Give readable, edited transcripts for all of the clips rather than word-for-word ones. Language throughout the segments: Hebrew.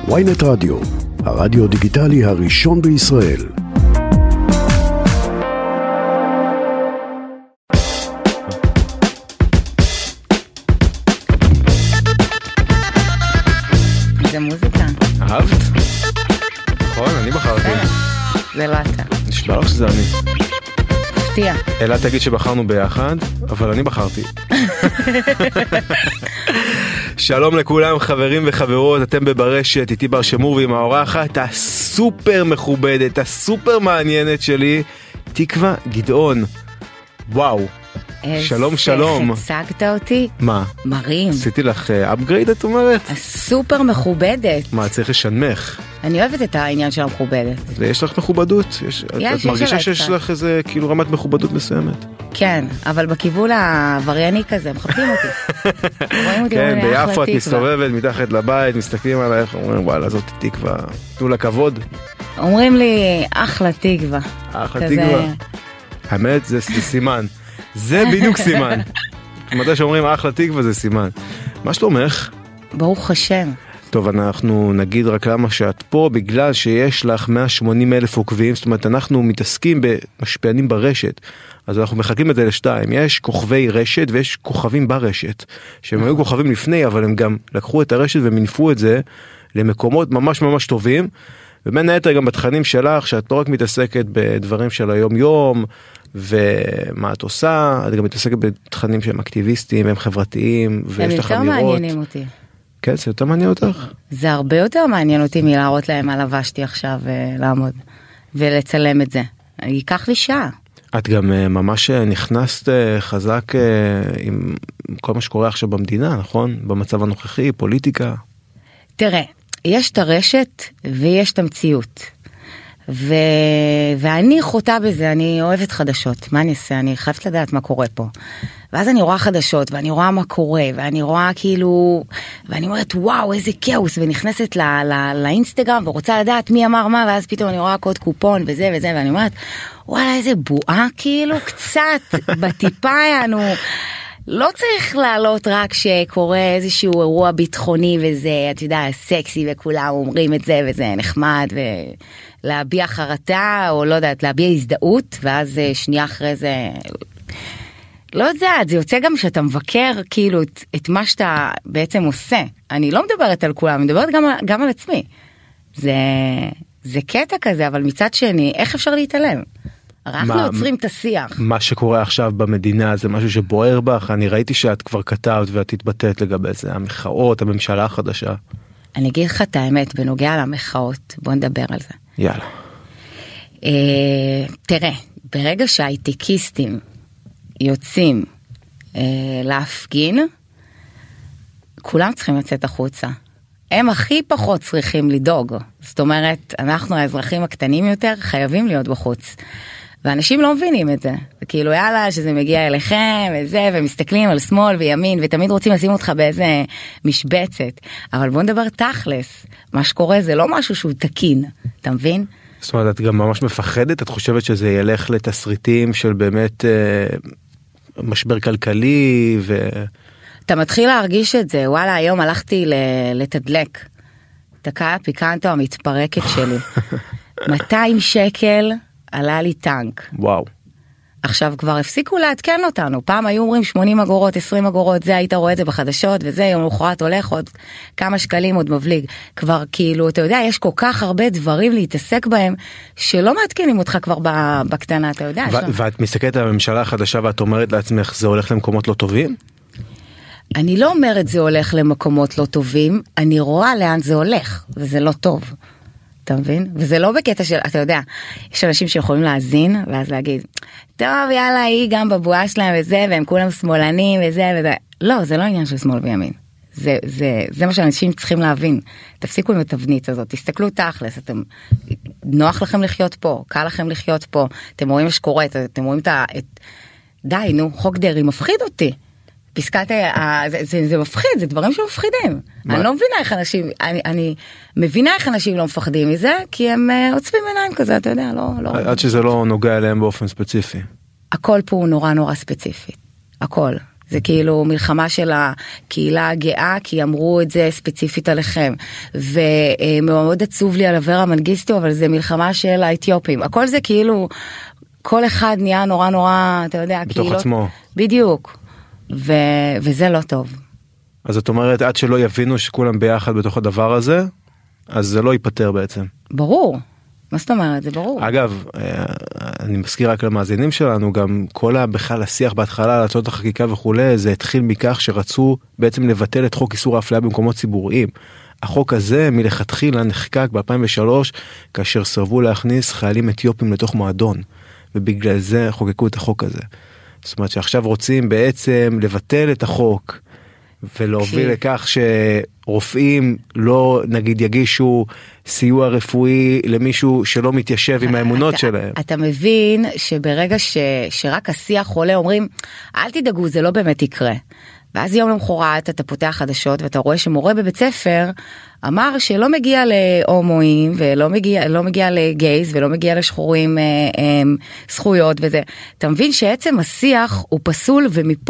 ynet רדיו, הרדיו דיגיטלי הראשון בישראל. זה מוזיקה. אהבת? נכון, אני בחרתי. זה לא אתה. נשמע לך שזה אני. הפתיע. אלא תגיד שבחרנו ביחד, אבל אני בחרתי. שלום לכולם חברים וחברות, אתם בברשת, איתי בר שמור ועם האורחת הסופר מכובדת, הסופר מעניינת שלי, תקווה גדעון. וואו. שלום שלום. הצגת אותי? מה? מרים. עשיתי לך אפגרייד את אומרת? הסופר מכובדת. מה, צריך לשנמך? אני אוהבת את העניין של המכובדת. יש לך מכובדות? את מרגישה שיש לך איזה כאילו רמת מכובדות מסוימת? כן, אבל בכיוון העברייני כזה, מחפשים אותי. רואים אותי, כן, ביפו את מסתובבת מתחת לבית, מסתכלים עלייך, אומרים וואלה זאת תקווה, תנו לה כבוד. אומרים לי אחלה תקווה. אחלה תקווה. האמת זה סימן. זה בדיוק סימן. מתי שאומרים אחלה תקווה זה סימן. מה שלומך? ברוך השם. טוב, אנחנו נגיד רק למה שאת פה, בגלל שיש לך 180,000 עוקבים, זאת אומרת אנחנו מתעסקים במשפיענים ברשת, אז אנחנו מחלקים את זה לשתיים, יש כוכבי רשת ויש כוכבים ברשת, שהם היו כוכבים לפני, אבל הם גם לקחו את הרשת ומנפו את זה למקומות ממש ממש טובים, ובין היתר גם בתכנים שלך, שאת לא רק מתעסקת בדברים של היום יום, ומה את עושה, את גם מתעסקת בתכנים שהם אקטיביסטיים, הם חברתיים, ויש לך אמירות. הם יותר מעניינים אותי. כן, זה יותר מעניין אותך? זה הרבה יותר מעניין אותי מלהראות להם מה לבשתי עכשיו לעמוד ולצלם את זה. ייקח לי שעה. את גם ממש נכנסת חזק עם כל מה שקורה עכשיו במדינה, נכון? במצב הנוכחי, פוליטיקה. תראה, יש את הרשת ויש את המציאות. ואני חוטא בזה, אני אוהבת חדשות. מה אני אעשה? אני חייבת לדעת מה קורה פה. ואז אני רואה חדשות, ואני רואה מה קורה, ואני רואה כאילו, ואני אומרת, וואו, איזה כאוס, ונכנסת לאינסטגרם, ורוצה לדעת מי אמר מה, ואז פתאום אני רואה קוד קופון, וזה וזה, ואני אומרת, וואלה, איזה בועה, כאילו, קצת, בטיפה, לא צריך לעלות רק שקורה איזשהו אירוע ביטחוני, וזה, אתה יודע, סקסי, וכולם אומרים את זה, וזה נחמד, ולהביע חרטה, או לא יודעת, להביע הזדהות, ואז שנייה אחרי זה... לא יודעת, זה יוצא גם שאתה מבקר כאילו את מה שאתה בעצם עושה. אני לא מדברת על כולם, אני מדברת גם על עצמי. זה קטע כזה, אבל מצד שני, איך אפשר להתעלם? אנחנו יוצרים את השיח. מה שקורה עכשיו במדינה זה משהו שבוער בך? אני ראיתי שאת כבר כתבת ואת התבטאת לגבי זה, המחאות, הממשלה החדשה. אני אגיד לך את האמת, בנוגע למחאות, בוא נדבר על זה. יאללה. תראה, ברגע שההייטקיסטים יוצאים להפגין, כולם צריכים לצאת החוצה. הם הכי פחות צריכים לדאוג. זאת אומרת, אנחנו האזרחים הקטנים יותר חייבים להיות בחוץ. ואנשים לא מבינים את זה. זה כאילו יאללה שזה מגיע אליכם וזה, ומסתכלים על שמאל וימין, ותמיד רוצים לשים אותך באיזה משבצת. אבל בוא נדבר תכלס. מה שקורה זה לא משהו שהוא תקין. אתה מבין? זאת אומרת, את גם ממש מפחדת? את חושבת שזה ילך לתסריטים של באמת... משבר כלכלי אתה מתחיל להרגיש את זה. וואלה, היום הלכתי לתדלק תקעה פיקנטו המתפרקת שלי. 200 שקל עלה לי טנק. וואו. עכשיו כבר הפסיקו להתקן אותנו. פעם היו אומרים 80 אגורות, 20 אגורות, זה היית רואה את זה בחדשות, וזה יום למחרת הולך עוד כמה שקלים עוד מבליג. כבר כאילו, אתה יודע, יש כל כך הרבה דברים להתעסק בהם, שלא מעדכנים אותך כבר בקטנה, אתה יודע. ואת מסתכלת על הממשלה החדשה, ואת אומרת לעצמך, זה הולך למקומות לא טובים? אני לא אומרת זה הולך למקומות לא טובים, אני רואה לאן זה הולך, וזה לא טוב. אתה מבין? וזה לא בקטע של, אתה יודע, יש אנשים שיכולים להאזין, ואז להגיד, טוב, יאללה, היא גם בבועה שלהם וזה, והם כולם שמאלנים וזה וזה. לא, זה לא עניין של שמאל וימין. זה מה שאנשים צריכים להבין. תפסיקו עם התבנית הזאת, תסתכלו תכלס, נוח לכם לחיות פה, קל לכם לחיות פה, אתם רואים מה שקורה, אתם רואים די, נו, חוק דרעי מפחיד אותי. פסקת, זה מפחיד, זה דברים שמפחידים. אני לא מבינה איך אנשים, אני מבינה איך אנשים לא מפחדים מזה, כי הם עוצבים עיניים כזה, אתה יודע, לא. עד שזה לא נוגע אליהם באופן ספציפי. הכל פה הוא נורא נורא ספציפי. הכל. זה כאילו מלחמה של הקהילה הגאה, כי אמרו את זה ספציפית עליכם. ומאוד עצוב לי על אברה מנגיסטו, אבל זה מלחמה של האתיופים. הכל זה כאילו, כל אחד נהיה נורא נורא, אתה יודע, בתוך כאילו, עצמו. בדיוק. וזה לא טוב. אז את אומרת, עד שלא יבינו שכולם ביחד בתוך הדבר הזה, אז זה לא ייפטר בעצם. ברור. מה זאת אומרת? זה ברור. אגב, אני מזכיר רק למאזינים שלנו, גם כל בכלל השיח בהתחלה על הצעות החקיקה וכולי, זה התחיל מכך שרצו בעצם לבטל את חוק איסור האפליה במקומות ציבוריים. החוק הזה מלכתחילה נחקק ב-2003, כאשר סרבו להכניס חיילים אתיופים לתוך מועדון, ובגלל זה חוקקו את החוק הזה. זאת אומרת שעכשיו רוצים בעצם לבטל את החוק, ולהוביל לכך שרופאים לא נגיד יגישו סיוע רפואי למישהו שלא מתיישב עם האמונות שלהם. אתה מבין שברגע שרק השיח עולה אומרים אל תדאגו זה לא באמת יקרה. ואז יום למחרת אתה פותח חדשות ואתה רואה שמורה בבית ספר אמר שלא מגיע להומואים ולא מגיע לגייז ולא מגיע לשחורים זכויות וזה. אתה מבין שעצם השיח הוא פסול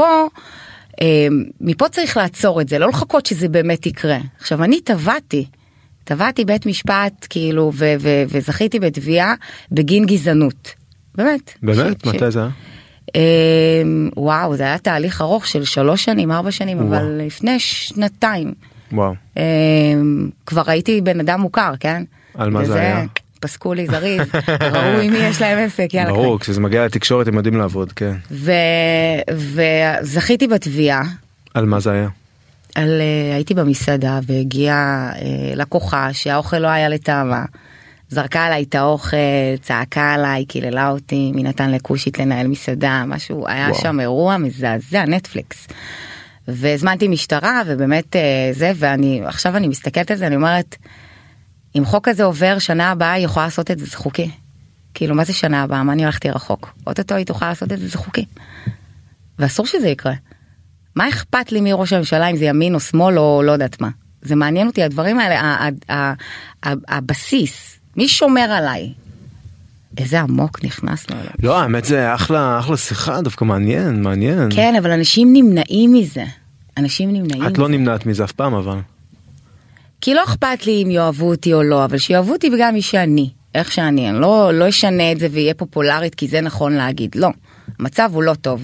מפה צריך לעצור את זה, לא לחכות שזה באמת יקרה. עכשיו אני טבעתי בית משפט כאילו וזכיתי בתביעה בגין גזענות. באמת. באמת? מתי זה היה? וואו, זה היה תהליך ארוך של 3 שנים, 4 שנים, אבל לפני 2. וואו. כבר הייתי בן אדם מוכר, כן? על מה זה היה? פסקו לי זריז, ראו עם מי יש להם עסק, יאללה. ברור, כשזה מגיע לתקשורת הם יודעים לעבוד, כן. וזכיתי בתביעה. על מה זה היה? הייתי במסעדה והגיעה לקוחה שהאוכל לא היה לטעמה. זרקה עליי את האוכל, צעקה עליי, קיללה אותי, מי נתן לקושית לנהל מסעדה, משהו, היה שם אירוע מזעזע, נטפליקס. והזמנתי משטרה ובאמת זה, ועכשיו אני מסתכלת על זה, אני אומרת, אם חוק הזה עובר שנה הבאה, היא יכולה לעשות את זה, זה חוקי. כאילו, מה זה שנה הבאה? מה אני הולכתי רחוק? אוטוטו היא תוכל לעשות את זה, זה חוקי. ואסור שזה יקרה. מה אכפת לי מראש הממשלה, אם זה ימין או שמאל או לא יודעת מה? זה מעניין אותי, הדברים האלה, הבסיס, מי שומר עליי? איזה עמוק נכנסנו אליו. לא, האמת זה אחלה שיחה, דווקא מעניין. כן, אבל אנשים נמנעים מזה. את לא נמנעת מזה אף פעם, אבל. כי לא אכפת לי אם יאהבו אותי או לא, אבל שיאהבו אותי בגלל מי שאני, איך שאני, אני לא אשנה את זה ויהיה פופולרית, כי זה נכון להגיד, לא, המצב הוא לא טוב.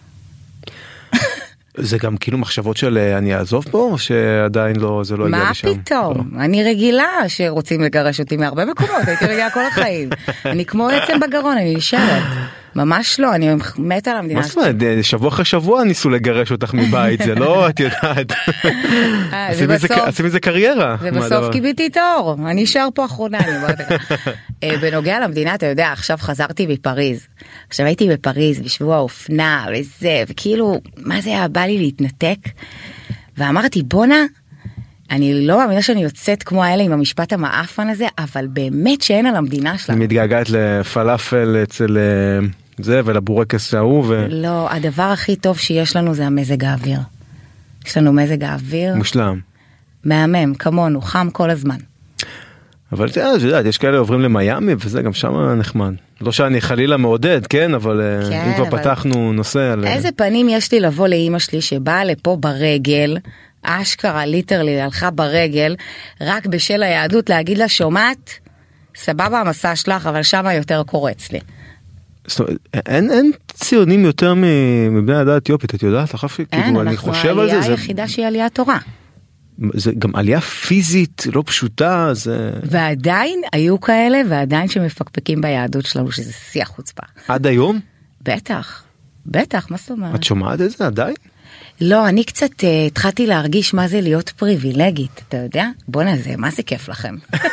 זה גם כאילו מחשבות של אני אעזוב פה, או שעדיין לא, זה לא הגיע לשם? מה פתאום? אני רגילה שרוצים לגרש אותי מהרבה מקומות, הייתי רגילה כל החיים. אני כמו עצם בגרון, אני נשארת. ממש לא, אני מתה על המדינה. מה זאת אומרת? שבוע אחרי שבוע ניסו לגרש אותך מבית, זה לא, את יודעת. עושים איזה קריירה. ובסוף קיביתי את האור, אני אשאר פה אחרונה. בנוגע למדינה, אתה יודע, עכשיו חזרתי בפריז. עכשיו הייתי בפריז בשבוע האופנה וזה, וכאילו, מה זה היה? בא לי להתנתק. ואמרתי, בונה, אני לא מאמינה שאני יוצאת כמו האלה עם המשפט המאפן הזה, אבל באמת שאין על המדינה שלנו. אני מתגעגעת לפלאפל אצל זה ולבורקס ההוא. לא, הדבר הכי טוב שיש לנו זה המזג האוויר. יש לנו מזג האוויר. מושלם. מהמם, כמונו, חם כל הזמן. אבל אתה יודעת, יש כאלה עוברים למיימי וזה גם שם נחמד. לא שאני חלילה מעודד, כן, אבל אם כבר פתחנו נושא על... איזה פנים יש לי לבוא לאמא שלי שבאה לפה ברגל, אשכרה ליטרלי הלכה ברגל, רק בשל היהדות להגיד לה שומעת, סבבה המסע שלך, אבל שמה יותר קורץ לי. אין ציונים יותר מבני העדה האתיופית, את יודעת? אין, אנחנו העלייה היחידה שהיא עליית תורה. זה גם עלייה פיזית לא פשוטה, זה... ועדיין היו כאלה, ועדיין שמפקפקים ביהדות שלנו, שזה שיח חוצפה. עד היום? בטח, מה זאת אומרת? את שומעת את זה עדיין? לא, אני קצת התחלתי להרגיש מה זה להיות פריבילגית, אתה יודע? בוא נזה, מה זה כיף לכם?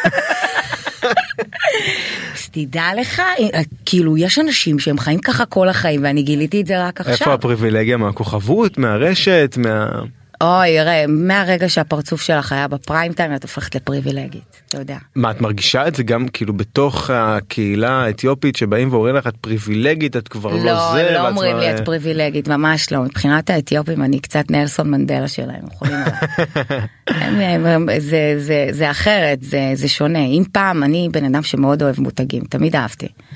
שתדע לך, כאילו יש אנשים שהם חיים ככה כל החיים, ואני גיליתי את זה רק עכשיו. איפה הפריבילגיה? מהכוכבות, מהרשת, אוי, מהרגע שהפרצוף שלך היה בפריים טיים, את הופכת לפריבילגית, אתה יודע. מה, את מרגישה את זה גם כאילו בתוך הקהילה האתיופית שבאים ואומרים לך, את פריבילגית, את כבר לא זה? לא אומרים לי את פריבילגית, ממש לא. מבחינת האתיופים אני קצת נלסון מנדלה שלהם, יכולים עליי. זה אחרת, זה שונה. אם פעם אני בן אדם שמאוד אוהב מותגים, תמיד אהבתי.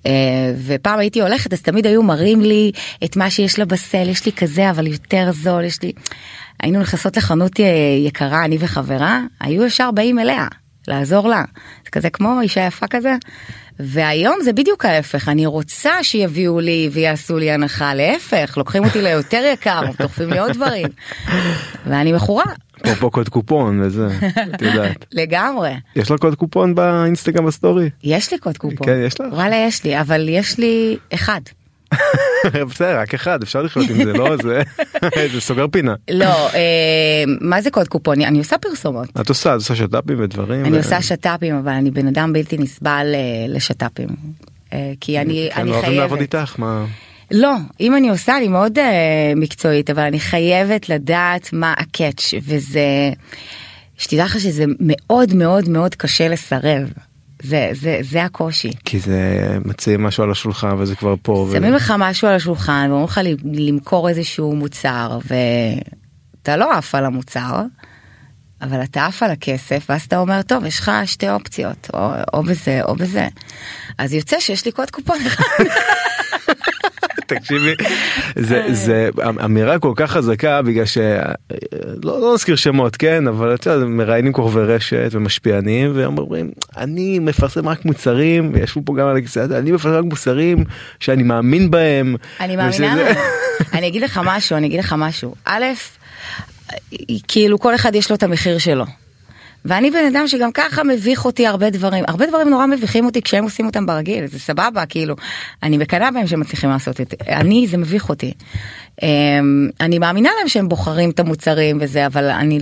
ופעם הייתי הולכת, אז תמיד היו מראים לי את מה שיש לה בסל, יש לי כזה, אבל יותר זול, יש לי... היינו נכנסות לחנות יקרה, אני וחברה, היו ישר באים אליה, לעזור לה. זה כזה כמו אישה יפה כזה. והיום זה בדיוק ההפך, אני רוצה שיביאו לי ויעשו לי הנחה, להפך, לוקחים אותי ליותר יקר, דוחפים לי עוד דברים. ואני מכורה. פה קוד קופון וזה, את יודעת. לגמרי. יש לה קוד קופון באינסטגרם בסטורי? יש לי קוד קופון. כן, יש לך? וואלה, יש לי, אבל יש לי אחד. בסדר, רק אחד, אפשר לחיות עם זה, לא? זה סוגר פינה. לא, מה זה קוד קופון? אני עושה פרסומות. את עושה שטאפים ודברים? אני עושה שטאפים, אבל אני בן אדם בלתי נסבל לשטאפים. כי אני כן, לא אוהבים לעבוד חייבת. איתך, מה? לא, אם אני עושה, אני מאוד מקצועית, אבל אני חייבת לדעת מה הקאץ', וזה, שתדע לך שזה מאוד מאוד מאוד קשה לסרב. זה הקושי. כי זה מציעים משהו על השולחן וזה כבר פה. שמים לך משהו על השולחן ואומרים לך למכור איזשהו מוצר ואתה לא עף על המוצר, אבל אתה עף על הכסף ואז אתה אומר טוב יש לך שתי אופציות או בזה או בזה. אז יוצא שיש לי קוד קופון אחד. תקשיבי, זה אמירה כל כך חזקה בגלל לא נזכיר שמות, כן, אבל אתה יודע, מראיינים כוכבי רשת ומשפיענים ואומרים, אני מפרסם רק מוצרים, וישבו פה גם על הכיסא, אני מפרסם רק מוצרים שאני מאמין בהם. אני מאמינה להם. אני אגיד לך משהו. א', כאילו כל אחד יש לו את המחיר שלו. ואני בן אדם שגם ככה מביך אותי הרבה דברים נורא מביכים אותי כשהם עושים אותם ברגיל, זה סבבה, כאילו, אני מקנה בהם שהם מצליחים לעשות את זה, זה מביך אותי. אני מאמינה להם שהם בוחרים את המוצרים וזה, אבל אני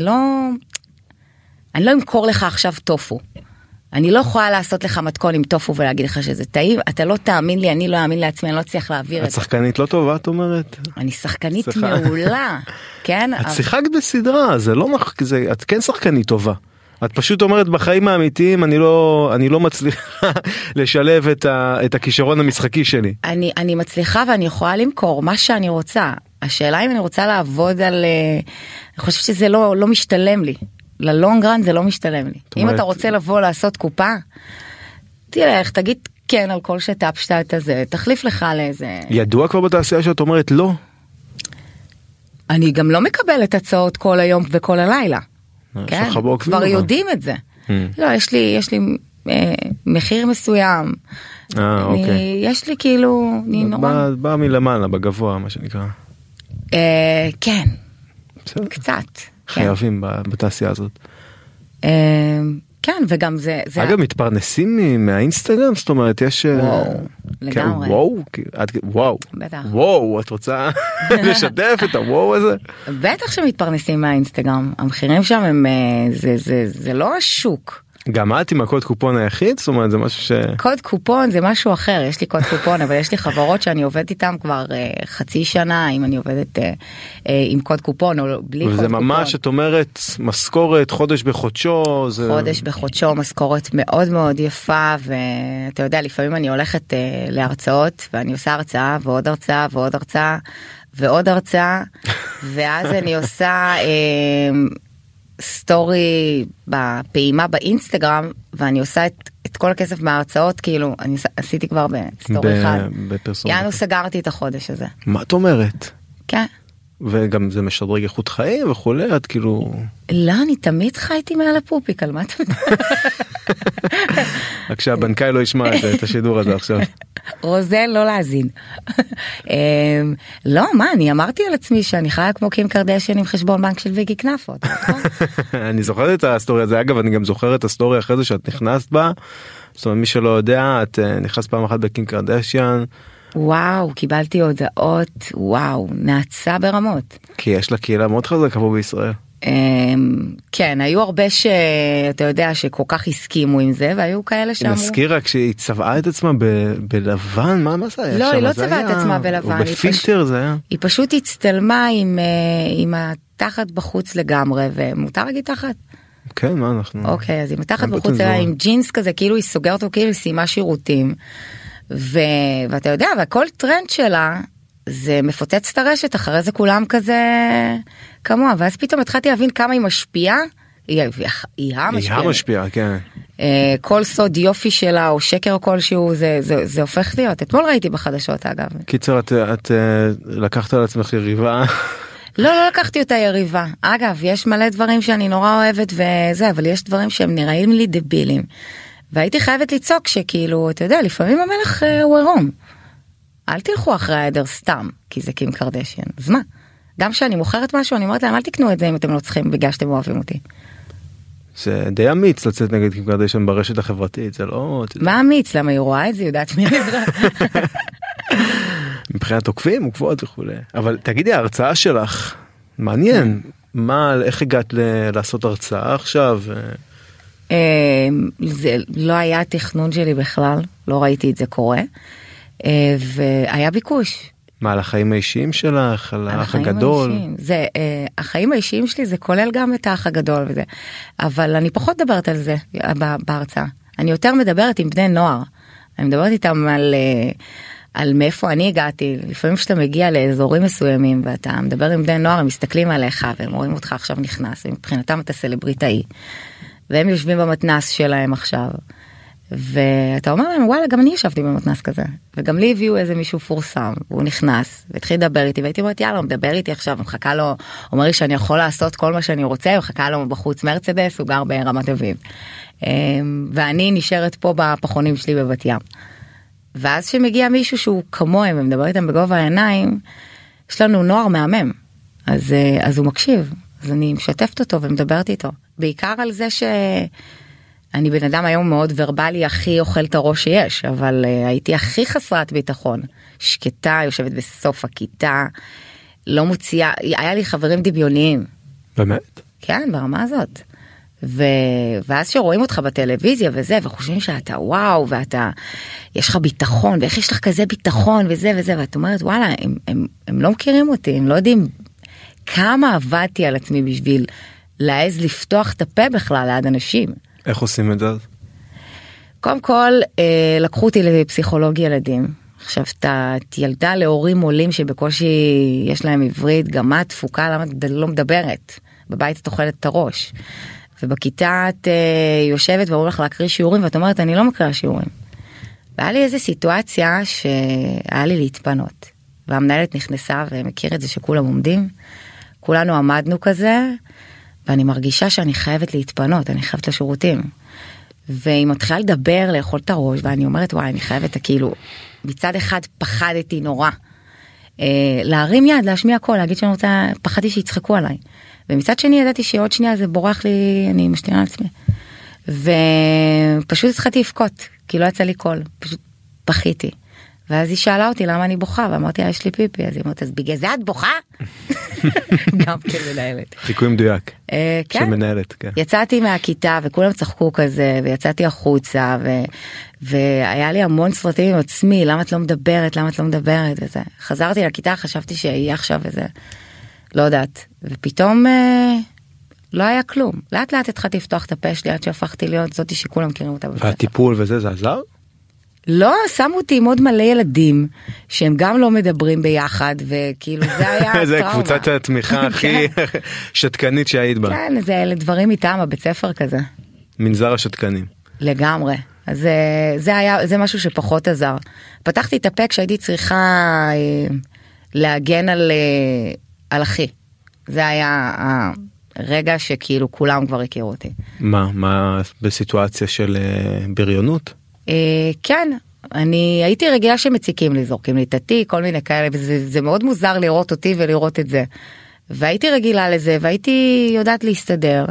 לא אמכור לך עכשיו טופו. אני לא יכולה לעשות לך מתכון עם טופו ולהגיד לך שזה טעים, אתה לא תאמין לי, אני לא אאמין לעצמי, אני לא צריך להעביר את זה. את שחקנית לא טובה, את אומרת? אני שחקנית מעולה, כן? את שיחקת בסדרה, זה לא את כן שחקנית טובה. את פשוט אומרת בחיים האמיתיים אני לא מצליחה לשלב את הכישרון המשחקי שלי. אני מצליחה ואני יכולה למכור מה שאני רוצה. השאלה אם אני רוצה לעבוד על, אני חושבת שזה לא משתלם לי. ללונגרן זה לא משתלם לי. אם אתה רוצה לבוא לעשות קופה, תלך, תגיד כן על כל שטאפ שאתה את הזה, תחליף לך לאיזה... ידוע כבר בתעשייה שאת אומרת לא? אני גם לא מקבלת הצעות כל היום וכל הלילה. כן, כבר יודעים את זה. לא, יש לי מחיר מסוים. יש לי כאילו, אני נורא... בא מלמעלה, בגבוה, מה שנקרא. כן, קצת. חייבים בתעשייה הזאת. כן, וגם זה... אגב, מתפרנסים מהאינסטגרם? זאת אומרת, יש... וואו, לגמרי. וואו. בטח. וואו, את רוצה לשתף את הוואו הזה? בטח שמתפרנסים מהאינסטגרם. המחירים שם הם... זה לא השוק. גם את עם הקוד קופון היחיד? זאת אומרת, זה משהו ש... קוד קופון זה משהו אחר. יש לי קוד קופון, אבל יש לי חברות שאני עובדת איתם כבר חצי שנה, אם אני עובדת עם קוד קופון או בלי קוד קופון. וזה ממש, את אומרת, משכורת, חודש בחודשו. חודש בחודשו, משכורת מאוד מאוד יפה, ואתה יודע, לפעמים אני הולכת להרצאות, ואני עושה הרצאה ועוד הרצאה ועוד הרצאה ועוד הרצאה, ואז אני עושה... סטורי בפעימה באינסטגרם, ואני עושה את כל הכסף מההרצאות, כאילו, אני עשיתי כבר בסטורי אחד. יענו סגרתי את החודש הזה. מה את אומרת? כן. וגם זה משדרג איכות חיים וכולי, את כאילו... לא, אני תמיד חייתי מעל הפופיק, על מה אתה יודע? רק שהבנקאי לא ישמע את השידור הזה עכשיו. רוזן, לא להזין. לא, מה, אני אמרתי על עצמי שאני חיה כמו קים קרדשן עם חשבון בנק של ויקי כנפות. אני זוכר את הסטורי הזה, אגב, אני גם זוכר את הסטורי אחרי זה שאת נכנסת בה, זאת אומרת, מי שלא יודע, את נכנסת פעם אחת בקים קרדשן. וואו, קיבלתי הודעות, וואו, נעצה ברמות. כי יש לה קהילה מאוד חזקה פה בישראל. כן, היו הרבה שאתה יודע שכל כך הסכימו עם זה, והיו כאלה שאמרו... נזכיר רק שהיא צבעה את עצמה בלבן, מה זה היה? לא, היא לא צבעה את עצמה בלבן. או בפילטר זה היה? היא פשוט הצטלמה עם התחת בחוץ לגמרי, ומותר להגיד תחת? כן, מה אנחנו... אוקיי, אז עם התחת בחוץ עם ג'ינס כזה, כאילו היא סוגרת אותו, כאילו היא סיימה שירותים, ואתה יודע, והכל טרנד שלה, זה מפוצץ את הרשת, אחרי זה כולם כזה כמוה, ואז פתאום התחלתי להבין כמה היא משפיעה, היא המשפיעה. היא המשפיעה, כן. כל סוד יופי שלה או שקר כלשהו, זה הופך להיות. אתמול ראיתי בחדשות אגב. קיצר, את לקחת על עצמך יריבה. לא לקחתי אותה יריבה. אגב, יש מלא דברים שאני נורא אוהבת וזה, אבל יש דברים שהם נראים לי דבילים. והייתי חייבת לצעוק שכאילו, אתה יודע, לפעמים המלך הוא עירום. אל תלכו אחרי העדר סתם, כי זה קים קרדשיין. אז מה? גם כשאני מוכרת משהו, אני אומרת להם, אל תקנו את זה אם אתם לא צריכים, בגלל שאתם אוהבים אותי. זה די אמיץ לצאת נגד קים קרדשיין ברשת החברתית, זה לא... מה אמיץ? למה היא רואה את זה? יודעת מי עזרה? מבחינת עוקבים, עוקבות וכו'. אבל תגידי, ההרצאה שלך, מעניין. איך הגעת לעשות הרצאה עכשיו? זה לא היה תכנון שלי בכלל, לא ראיתי את זה קורה. והיה ביקוש. מה, על החיים האישיים שלך? על האח הגדול? זה, החיים האישיים שלי זה כולל גם את האח הגדול וזה. אבל אני פחות מדברת על זה בהרצאה. אני יותר מדברת עם בני נוער. אני מדברת איתם על מאיפה אני הגעתי. לפעמים שאתה מגיע לאזורים מסוימים ואתה מדבר עם בני נוער, הם מסתכלים עליך והם רואים אותך עכשיו נכנס, ומבחינתם אתה סלבריטאי. והם יושבים במתנס שלהם עכשיו. ואתה אומר להם, וואלה, גם אני ישבתי במתנס כזה. וגם לי הביאו איזה מישהו פורסם, והוא נכנס, והתחיל לדבר איתי, והייתי אומרת, יאללה, הוא מדבר איתי עכשיו, הוא מחכה לו, אומר לי שאני יכול לעשות כל מה שאני רוצה, הוא מחכה לו בחוץ מרצדס, הוא גר ברמת אביב. ואני נשארת פה בפחונים שלי בבת ים. ואז שמגיע מישהו שהוא כמוהם, ומדבר איתם בגובה העיניים, יש לנו נוער מהמם. אז הוא מקשיב. אז אני משתפת אותו ומדברת איתו. בעיקר על זה אני בן אדם היום מאוד ורבלי, הכי אוכל את הראש שיש, אבל הייתי הכי חסרת ביטחון. שקטה, יושבת בסוף הכיתה, לא מוציאה, היה לי חברים דמיוניים. באמת? כן, ברמה הזאת. ואז שרואים אותך בטלוויזיה וזה, וחושבים שאתה וואו, יש לך ביטחון, ואיך יש לך כזה ביטחון וזה וזה, ואת אומרת, וואלה, הם לא מכירים אותי, הם לא יודעים כמה עבדתי על עצמי בשביל להעז לפתוח את הפה בכלל ליד אנשים. איך עושים את זה? קודם כל, לקחו אותי לפסיכולוג ילדים. עכשיו, את ילדה להורים עולים שבקושי יש להם עברית, גם את תפוקה, למה את לא מדברת? בבית את אוכלת את הראש. ובכיתה את יושבת ואומרים לך להקריא שיעורים, ואת אומרת, אני לא מקריאה שיעורים. והיה לי איזו סיטואציה שהיה לי להתפנות. והמנהלת נכנסה ומכיר את זה שכולם עומדים. כולנו עמדנו כזה, ואני מרגישה שאני חייבת להתפנות, אני חייבת לשירותים. והיא מתחילה לדבר, לאכול את הראש, ואני אומרת, וואי, אני חייבת, כאילו, מצד אחד פחדתי נורא. להרים יד, להשמיע קול, להגיד שאני רוצה, פחדתי שיצחקו עליי. ומצד שני ידעתי שעוד שנייה זה בורח לי, אני משתינה על עצמי. ופשוט התחלתי לבכות, כי לא יצא לי קול, פשוט פחיתי. ואז היא שאלה אותי למה אני בוכה, ואמרתי, יש לי פיפי, אז היא אמרת, אז בגלל זה את בוכה? גם כמנהלת. חיקוי מדויק. כן. שמנהלת, כן. יצאתי מהכיתה, וכולם צחקו כזה, ויצאתי החוצה, והיה לי המון סרטים עם עצמי, למה את לא מדברת, למה את לא מדברת, וזה. חזרתי לכיתה, חשבתי שיהיה עכשיו וזה, לא יודעת. ופתאום לא היה כלום. לאט לאט התחלתי לפתוח את הפה שלי, עד שהפכתי להיות זאתי שכולם מכירים אותה בבית. והטיפול וזה, זה עזר? לא, שמו אותי עם עוד מלא ילדים, שהם גם לא מדברים ביחד, וכאילו זה היה טראומה. זה קבוצת התמיכה הכי שתקנית שהיית בה. כן, זה אלה דברים מטעם הבית ספר כזה. מנזר השתקנים. לגמרי. אז זה משהו שפחות עזר. פתחתי את הפה כשהייתי צריכה להגן על אחי. זה היה הרגע שכאילו כולם כבר הכירו אותי. מה בסיטואציה של בריונות? כן, אני הייתי רגילה שמציקים לי, זורקים לי את התיק, כל מיני כאלה, וזה מאוד מוזר לראות אותי ולראות את זה. והייתי רגילה לזה, והייתי יודעת להסתדר.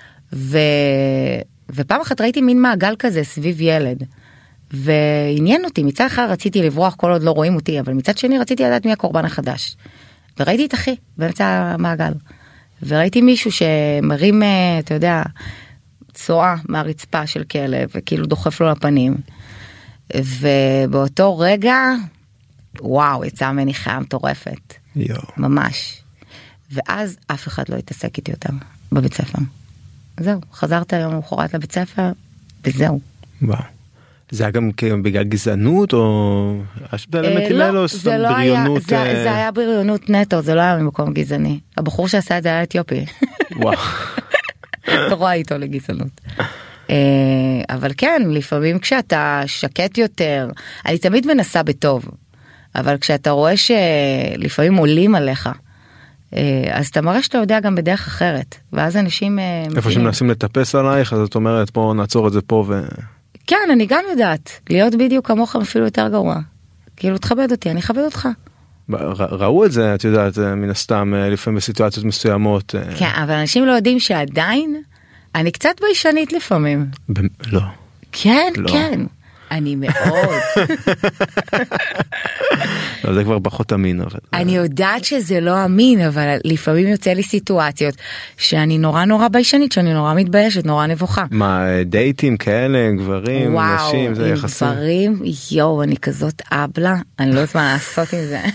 ופעם אחת ראיתי מין מעגל כזה סביב ילד. ועניין אותי, מצד אחד רציתי לברוח כל עוד לא רואים אותי, אבל מצד שני רציתי לדעת מי הקורבן החדש. וראיתי את אחי באמצע המעגל. וראיתי מישהו שמרים, אתה יודע, צועה מהרצפה של כלב, וכאילו דוחף לו לפנים. ובאותו רגע, וואו, יצאה ממני חיה מטורפת. ממש. ואז אף אחד לא התעסק איתי יותר בבית ספר. זהו, חזרת היום למחרת לבית ספר, וזהו. וואו. זה היה גם בגלל גזענות, או אלמנטים האלו, או סתם בריונות? זה היה בריונות נטו, זה לא היה ממקום גזעני. הבחור שעשה את זה היה אתיופי. וואו. לא רואה איתו לגזענות. אבל כן, לפעמים כשאתה שקט יותר, אני תמיד מנסה בטוב, אבל כשאתה רואה שלפעמים עולים עליך, אז אתה מראה שאתה יודע גם בדרך אחרת, ואז אנשים... איפה שמנסים לטפס עלייך, אז את אומרת, פה נעצור את זה פה ו... כן, אני גם יודעת, להיות בדיוק כמוך אפילו יותר גרוע. כאילו, תכבד אותי, אני אכבד אותך. ראו את זה, את יודעת, מן הסתם, לפעמים בסיטואציות מסוימות. כן, אבל אנשים לא יודעים שעדיין, אני קצת ביישנית לפעמים. לא. כן, כן. אני מאוד. לא, זה כבר פחות אמין. אני יודעת שזה לא אמין, אבל לפעמים יוצא לי סיטואציות שאני נורא ביישנית, שאני נורא מתביישת, נורא נבוכה. מה, דייטים כאלה, גברים, נשים, זה יחסים? וואו, גברים, יואו, אני כזאת אבלה, אני לא יודעת מה לעשות עם זה.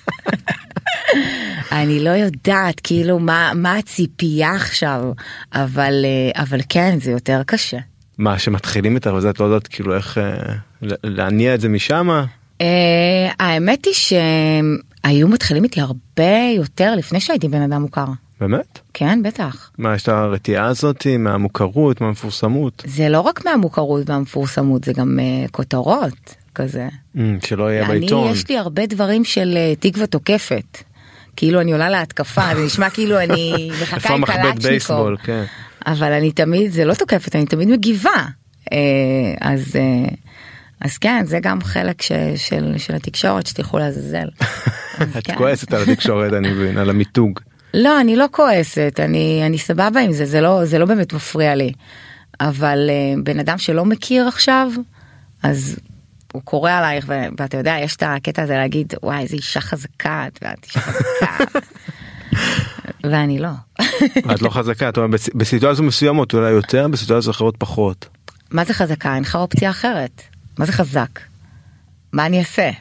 אני לא יודעת, כאילו, מה הציפייה עכשיו, אבל כן, זה יותר קשה. מה, שמתחילים איתה, וזה את לא יודעת כאילו איך להניע את זה משם? האמת היא שהיו מתחילים איתי הרבה יותר לפני שהייתי בן אדם מוכר. באמת? כן, בטח. מה, יש את הרתיעה הזאת מהמוכרות, מהמפורסמות? זה לא רק מהמוכרות והמפורסמות, זה גם כותרות כזה. שלא יהיה בעיתון. יש לי הרבה דברים של תקווה תוקפת. כאילו אני עולה להתקפה, זה נשמע כאילו אני מחכה עם קלצ'ניקוב. כן. אבל אני תמיד, זה לא תוקפת, אני תמיד מגיבה. אז כן, זה גם חלק של התקשורת שתלכו לעזאזל. את כועסת על התקשורת, אני מבין, על המיתוג. לא, אני לא כועסת, אני סבבה עם זה, זה לא באמת מפריע לי. אבל בן אדם שלא מכיר עכשיו, אז הוא קורא עלייך, ואתה יודע, יש את הקטע הזה להגיד, וואי, איזה אישה חזקה, ואת אישה חזקה. ואני לא. את לא חזקה, בסיטואציות מסוימות אולי יותר, בסיטואציות אחרות פחות. מה זה חזקה? אין לך אופציה אחרת. מה זה חזק? מה אני אעשה?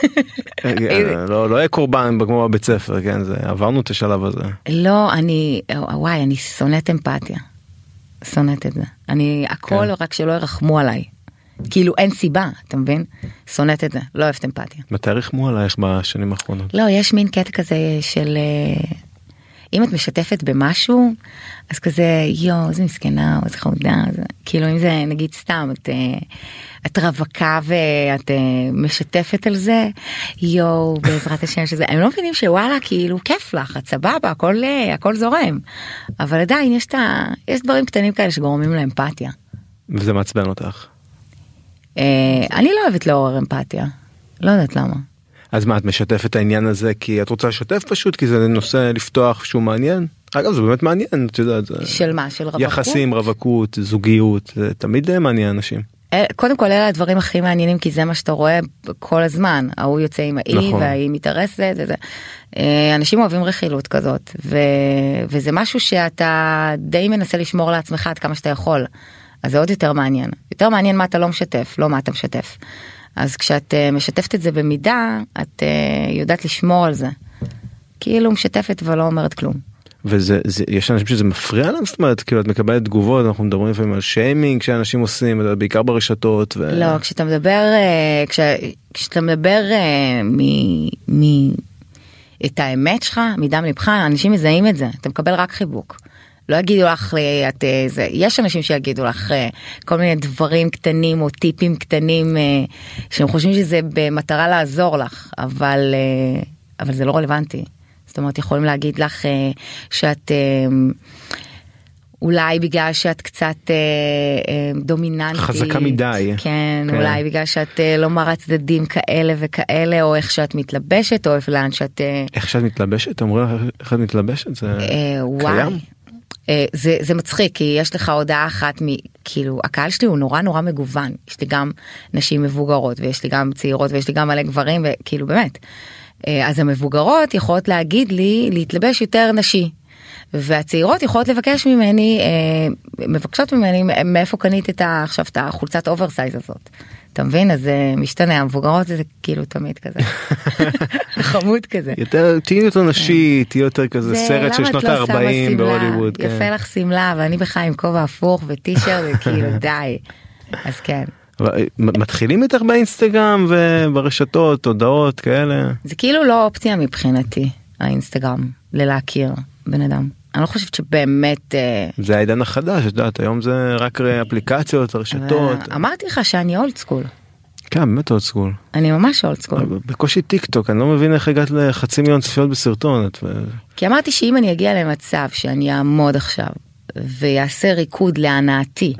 לא יהיה קורבן כמו בבית ספר, כן, עברנו את השלב הזה. לא, וואי, אני שונאת אמפתיה. שונאת את זה. אני, הכל רק שלא ירחמו עליי. כאילו אין סיבה, אתה מבין? שונאת את זה, לא אוהבת אמפתיה. מתי רחמו עלייך בשנים האחרונות? לא, יש מין קטע כזה של... אם את משתפת במשהו, אז כזה, יו, איזה מסכנה, איזה חמודה, כאילו אם זה נגיד סתם, את רווקה ואת משתפת על זה, יו, בעזרת השם שזה, הם לא מבינים שוואלה, כאילו כיף לך, את סבבה, הכל זורם, אבל עדיין יש דברים קטנים כאלה שגורמים לאמפתיה. וזה מעצבן אותך? אני לא אוהבת לעורר אמפתיה, לא יודעת למה. אז מה, את משתפת את העניין הזה כי את רוצה לשתף פשוט, כי זה נושא לפתוח שהוא מעניין? אגב, זה באמת מעניין, את יודעת. של מה? של רווקות? יחסים, רווקות, זוגיות, זה תמיד מעניין אנשים. קודם כל, אלה הדברים הכי מעניינים, כי זה מה שאתה רואה כל הזמן. ההוא יוצא עם האי, והאי מתארסת, וזה. אנשים אוהבים רכילות כזאת, וזה משהו שאתה די מנסה לשמור לעצמך עד כמה שאתה יכול. אז זה עוד יותר מעניין. יותר מעניין מה אתה לא משתף, לא מה אתה משתף. אז כשאת משתפת את זה במידה, את יודעת לשמור על זה. כאילו משתפת ולא אומרת כלום. יש אנשים שזה מפריע להם? זאת אומרת, כאילו את מקבלת תגובות, אנחנו מדברים לפעמים על שיימינג שאנשים עושים, בעיקר ברשתות. לא, כשאתה מדבר את האמת שלך, מדם לבך, אנשים מזהים את זה. אתה מקבל רק חיבוק. לא יגידו לך, יש אנשים שיגידו לך כל מיני דברים קטנים או טיפים קטנים שהם חושבים שזה במטרה לעזור לך, אבל זה לא רלוונטי. זאת אומרת, יכולים להגיד לך שאת אולי בגלל שאת קצת דומיננטית. חזקה מדי. כן, אולי בגלל שאת לא מראה צדדים כאלה וכאלה, או איך שאת מתלבשת, או לאן שאת... איך שאת מתלבשת? אומרים לך איך את מתלבשת? זה קיים? זה מצחיק, כי יש לך הודעה אחת כאילו, הקהל שלי הוא נורא מגוון. יש לי גם נשים מבוגרות, ויש לי גם צעירות, ויש לי גם מלא גברים, וכאילו באמת. אז המבוגרות יכולות להגיד לי להתלבש יותר נשי. והצעירות יכולות לבקש ממני, מבקשות ממני, מאיפה קנית עכשיו את החולצת אוברסייז הזאת. אתה מבין? אז זה משתנה, המבוגרות זה כאילו תמיד כזה. חמוד כזה. תהיי יותר נשי, תהיי יותר כזה סרט של שנות ה-40 בהוליווד. יפה לך סמלה, ואני בך עם כובע הפוך וטישרט, וכאילו די. אז כן. מתחילים איתך באינסטגרם וברשתות, הודעות כאלה? זה כאילו לא אופציה מבחינתי, האינסטגרם, ללהכיר בן אדם. אני לא חושבת שבאמת... זה העידן החדש, את יודעת, היום זה רק אפליקציות, רשתות. אמרתי לך שאני אולד סקול. כן, באמת אולד סקול. אני ממש אולד סקול. בקושי טיק טוק, אני לא מבין איך הגעת ל500,000 צפיות בסרטון. כי אמרתי שאם אני אגיע למצב שאני אעמוד עכשיו, ויעשה ריקוד להנאתי,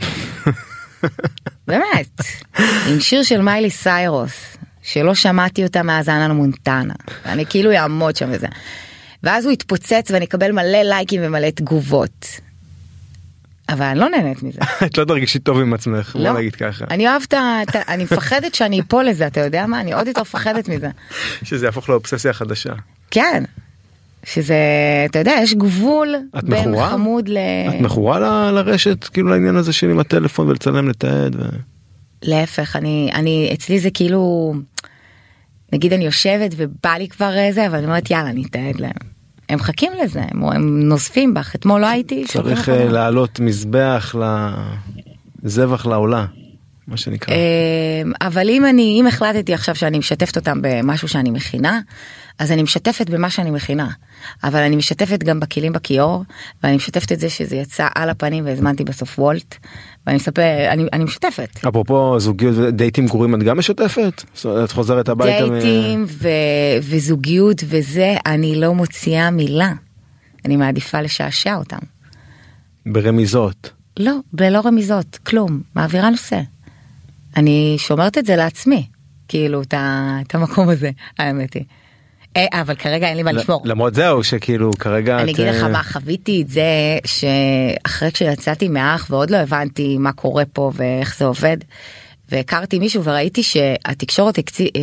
באמת, עם שיר של מיילי סיירוס, שלא שמעתי אותה מאז אנה מונטנה, ואני כאילו יעמוד שם וזה. ואז הוא יתפוצץ ואני אקבל מלא לייקים ומלא תגובות. אבל אני לא נהנית מזה. את לא תרגישי טוב עם עצמך, בוא נגיד ככה. אני אוהבת, אני מפחדת שאני אפול לזה, אתה יודע מה? אני עוד יותר מפחדת מזה. שזה יהפוך לאובססיה חדשה. כן. שזה, אתה יודע, יש גבול בין חמוד ל... את מכורה לרשת, כאילו לעניין הזה של עם הטלפון ולצלם לתעד? להפך, אצלי זה כאילו, נגיד אני יושבת ובא לי כבר איזה, אבל אני אומרת יאללה, אני אתעד להם. הם מחכים לזה, הם נוספים בך. אתמול לא הייתי... צריך לעלות מזבח לזבח לעולה, מה שנקרא. אבל אם החלטתי עכשיו שאני משתפת אותם במשהו שאני מכינה, אז אני משתפת במה שאני מכינה. אבל אני משתפת גם בכלים בכיור, ואני משתפת את זה שזה יצא על הפנים והזמנתי בסוף וולט, ואני מספר, אני משתפת. אפרופו זוגיות ודייטים גרועים, את גם משתפת? את חוזרת הביתה? דייטים וזוגיות וזה, אני לא מוציאה מילה. אני מעדיפה לשעשע אותם. ברמיזות? לא, בלא רמיזות, כלום. מעבירה נושא. אני שומרת את זה לעצמי, כאילו, את המקום הזה, האמת היא. אבל כרגע אין לי מה לשמור. למרות זהו שכאילו כרגע... אני אגיד לך מה, חוויתי את זה שאחרי כשיצאתי מאח ועוד לא הבנתי מה קורה פה ואיך זה עובד, והכרתי מישהו וראיתי שהתקשורת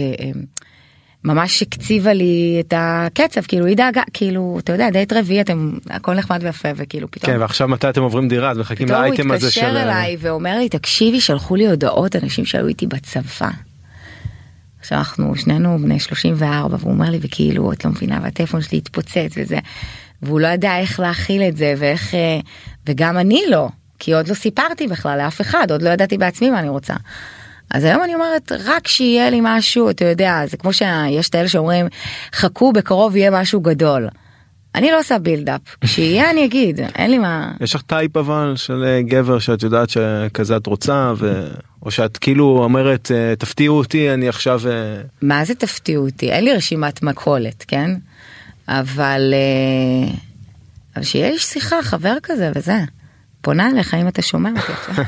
ממש הקציבה לי את הקצב, כאילו היא דאגה, כאילו אתה יודע, דייט רביעי, הכל נחמד ויפה וכאילו פתאום... כן, ועכשיו מתי אתם עוברים דירה, אז מחכים לאייטם הזה של... פתאום הוא התקשר אליי ואומר לי, תקשיבי, שלחו לי הודעות אנשים שהיו איתי בצבא. עכשיו אנחנו שנינו בני 34, והוא אומר לי, וכאילו, את לא מבינה, והטלפון שלי התפוצץ וזה, והוא לא ידע איך להכיל את זה, ואיך, וגם אני לא, כי עוד לא סיפרתי בכלל לאף אחד, עוד לא ידעתי בעצמי מה אני רוצה. אז היום אני אומרת, רק שיהיה לי משהו, אתה יודע, זה כמו שיש את האלה שאומרים, חכו, בקרוב יהיה משהו גדול. אני לא עושה בילדאפ, כשיהיה אני אגיד, אין לי מה... יש לך טייפ אבל של גבר שאת יודעת שכזה את רוצה, או שאת כאילו אומרת, תפתיעו אותי, אני עכשיו... מה זה תפתיעו אותי? אין לי רשימת מכולת, כן? אבל שיהיה איש שיחה, חבר כזה וזה. פונה אליך אם אתה שומע אותי.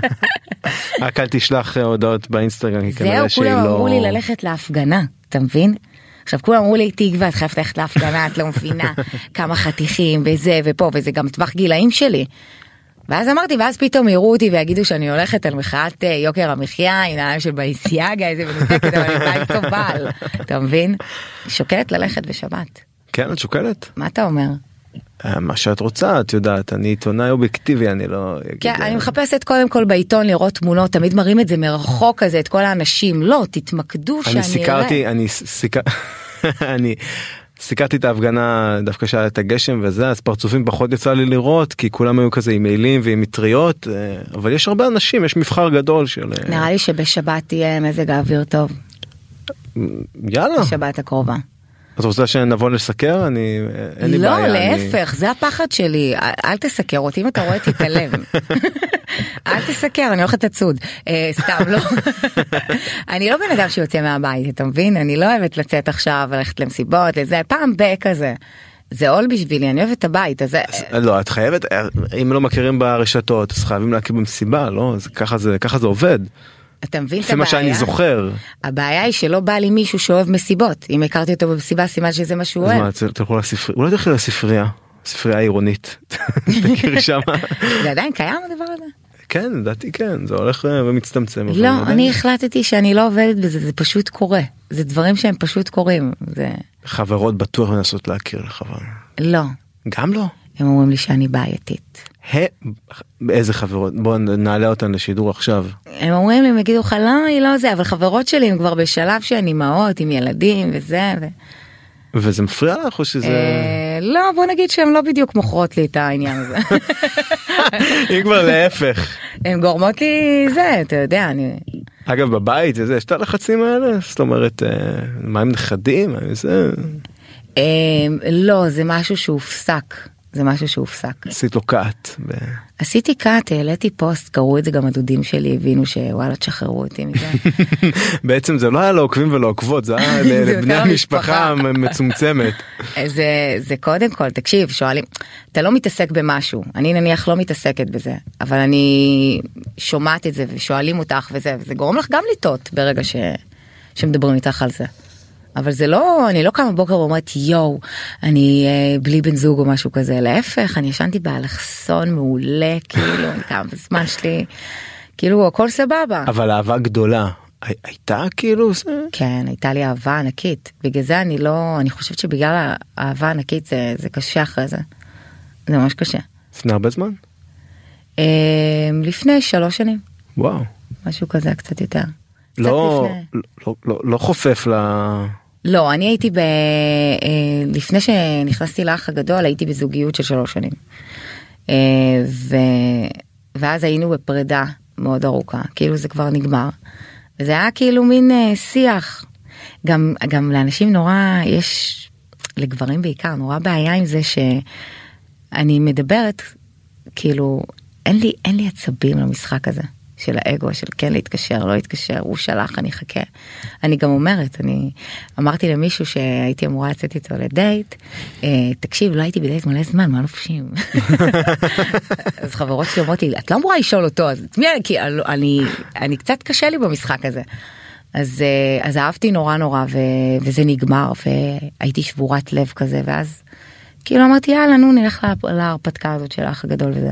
רק אל תשלח הודעות באינסטגרם, כי כנראה שהיא לא... זהו, כולם אמרו לי ללכת להפגנה, אתה מבין? עכשיו כולם אמרו לי, תקווה, את חייבת ללכת להפגנה, את לא מבינה כמה חתיכים וזה ופה, וזה גם טווח גילאים שלי. ואז אמרתי, ואז פתאום יראו אותי ויגידו שאני הולכת על מחאת יוקר המחיה, עם נעליים של בייסיאגה, איזה מנותקת, אבל אני באה למצוא בעל, אתה מבין? שוקלת ללכת בשבת. כן, את שוקלת? מה אתה אומר? מה שאת רוצה, את יודעת, אני עיתונאי אובייקטיבי, אני לא... כן, אני מחפשת קודם כל בעיתון לראות תמונות, תמיד מראים את זה מרחוק כזה, את כל האנשים, לא, תתמקדו שאני אראה. אני סיקרתי את ההפגנה דווקא שהיה את הגשם וזה, אז פרצופים פחות יצא לי לראות, כי כולם היו כזה עם מיילים ועם מטריות, אבל יש הרבה אנשים, יש מבחר גדול של... נראה לי שבשבת תהיה מזג האוויר טוב. יאללה. בשבת הקרובה. את רוצה שנבוא לסקר? אין לי בעיה. לא, להפך, זה הפחד שלי. אל תסקר אותי, אם אתה רואה תתעלם. אל תסקר, אני הולכת לצוד. סתם, לא. אני לא בן אדם שיוצא מהבית, אתה מבין? אני לא אוהבת לצאת עכשיו, ללכת למסיבות, לזה, פעם כזה. זה עול בשבילי, אני אוהבת את הבית. לא, את חייבת, אם לא מכירים ברשתות, אז חייבים להכיר במסיבה, לא? ככה זה עובד. אתה מבין את הבעיה? מה שאני זוכר. הבעיה היא שלא בא לי מישהו שאוהב מסיבות. אם הכרתי אותו במסיבה, סימן שזה מה שהוא אוהב. אז מה, תלכו לספרייה? אולי תלכו לספרייה. ספרייה עירונית. תכירי שמה. זה עדיין קיים הדבר הזה? כן, לדעתי כן. זה הולך ומצטמצם. לא, אני החלטתי שאני לא עובדת בזה, זה פשוט קורה. זה דברים שהם פשוט קורים. חברות בטוח מנסות להכיר לחבר. לא. גם לא? הם אומרים לי שאני בעייתית. איזה חברות? בואו נעלה אותן לשידור עכשיו. הם אומרים לי, הם יגידו לך, לא, היא לא זה, אבל חברות שלי הם כבר בשלב שהן אימהות, עם ילדים וזה. וזה מפריע לך או שזה... לא, בוא נגיד שהן לא בדיוק מוכרות לי את העניין הזה. היא כבר להפך. הן גורמות לי זה, אתה יודע, אני... אגב, בבית, יש את הלחצים האלה? זאת אומרת, מה עם נכדים? לא, זה משהו שהופסק. זה משהו שהופסק. עשית לו קאט. עשיתי קאט, העליתי פוסט, קראו את זה גם הדודים שלי, הבינו שוואלה תשחררו אותי מזה. בעצם זה לא היה לעוקבים ולעוקבות, זה היה לבני המשפחה מצומצמת. זה קודם כל, תקשיב, שואלים, אתה לא מתעסק במשהו, אני נניח לא מתעסקת בזה, אבל אני שומעת את זה ושואלים אותך וזה גורם לך גם לטעות ברגע שמדברים איתך על זה. אבל זה לא, אני לא קמה בוקר ואומרת, יואו, אני בלי בן זוג או משהו כזה, להפך, אני ישנתי באלכסון מעולה, כאילו, כמה בזמן שלי, כאילו, הכל סבבה. אבל אהבה גדולה, הייתה כאילו? כן, הייתה לי אהבה ענקית, בגלל זה אני חושבת שבגלל האהבה ענקית זה קשה אחרי זה, זה ממש קשה. לפני הרבה זמן? לפני 3 שנים. וואו. משהו כזה, קצת יותר. לא חופף לא, אני הייתי לפני שנכנסתי לאח הגדול, הייתי בזוגיות של 3 שנים. ואז היינו בפרידה מאוד ארוכה, כאילו זה כבר נגמר. וזה היה כאילו מין שיח. גם לאנשים נורא, יש לגברים בעיקר, נורא בעיה עם זה שאני מדברת, כאילו, אין לי עצבים למשחק הזה. של האגו, של כן להתקשר, לא להתקשר, הוא שלח, אני חכה. אני גם אומרת, אני אמרתי למישהו שהייתי אמורה לצאת איתו לדייט, תקשיב, לא הייתי בדייט מלא זמן, מה לופשים? אז חברות שלי אומרות לי, את לא אמורה לשאול אותו, אז כי אני קצת קשה לי במשחק הזה. אז אהבתי נורא נורא, וזה נגמר, והייתי שבורת לב כזה, ואז כאילו אמרתי, יאללה, נו, נלך להרפתקה הזאת של האח הגדול וזה.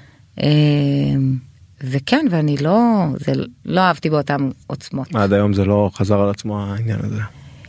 וכן, ואני לא אהבתי באותם עוצמות. עד היום זה לא חזר על עצמו העניין הזה?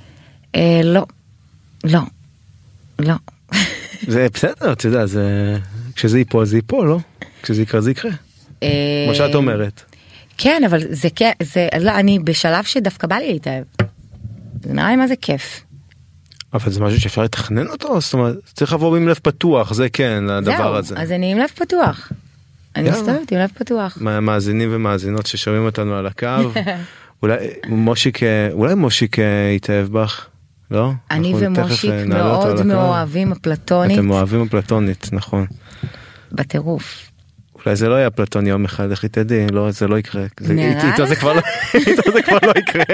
לא. זה בסדר, אתה יודע, כשזה ייפול, זה ייפול, לא? כשזה יקרה, זה יקרה. כמו שאת אומרת. כן, אבל אני בשלב שדווקא בא לי להתאהב. זה נראה לי מה זה כיף. אבל זה משהו שאפשר לתכנן אותו? זאת אומרת, צריך לבוא עם לב פתוח, זה כן, הדבר הזה. זהו, אז אני עם לב פתוח. אני מסתובבת עם לב פתוח. מאזינים ומאזינות ששומעים אותנו על הקו, אולי מושיק יתאהב בך, לא? אני ומושיק מאוד מאוהבים אפלטונית. אתם מאוהבים אפלטונית, נכון. בטירוף. אולי זה לא היה אפלטוני יום אחד, איך תדעי, זה לא יקרה. נראה לך? איתו זה כבר לא יקרה.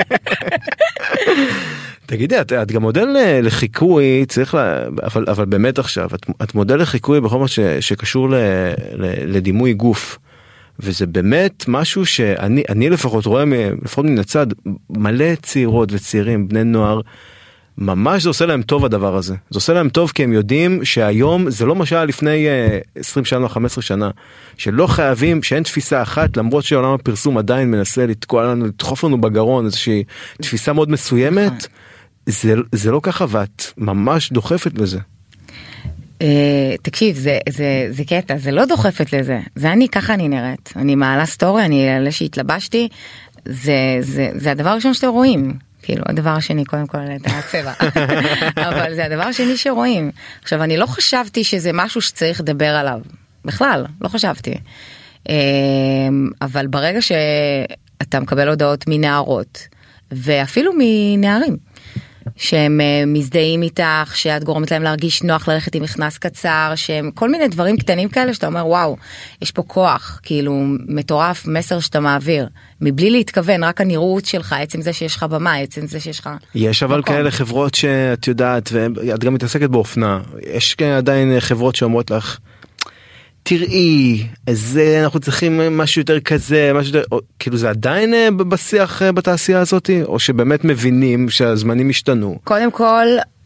תגידי, את גם מודל לחיקוי, אבל באמת עכשיו, את מודל לחיקוי בכל מה שקשור לדימוי גוף, וזה באמת משהו שאני לפחות רואה, לפחות מן הצד, מלא צעירות וצעירים, בני נוער, ממש זה עושה להם טוב הדבר הזה. זה עושה להם טוב כי הם יודעים שהיום זה לא מה שהיה לפני 20 שנה או 15 שנה. שלא חייבים, שאין תפיסה אחת, למרות שעולם הפרסום עדיין מנסה לתקוע לנו, לדחוף לנו בגרון, איזושהי תפיסה מאוד מסוימת. זה לא ככה, ואת ממש דוחפת לזה. תקשיב, זה קטע, זה לא דוחפת לזה. זה ככה אני נראית. אני מעלה סטורי, אני אלה שהתלבשתי. זה הדבר הראשון שאתם רואים. כאילו, הדבר השני, קודם כל, את הצבע. אבל זה הדבר השני שרואים. עכשיו, אני לא חשבתי שזה משהו שצריך לדבר עליו. בכלל, לא חשבתי. אבל ברגע שאתה מקבל הודעות מנערות, ואפילו מנערים, שהם מזדהים איתך, שאת גורמת להם להרגיש נוח ללכת עם מכנס קצר, שהם כל מיני דברים קטנים כאלה שאתה אומר, וואו, יש פה כוח, כאילו מטורף, מסר שאתה מעביר, מבלי להתכוון, רק הנראות שלך, עצם זה שיש לך במה, עצם זה שיש לך... יש אבל כאלה חברות שאת יודעת, ואת גם מתעסקת באופנה, יש עדיין חברות שאומרות לך, תראי, אנחנו צריכים משהו יותר כזה, משהו יותר, כאילו זה עדיין בשיח בתעשייה הזאת, או שבאמת מבינים שהזמנים השתנו? קודם כל,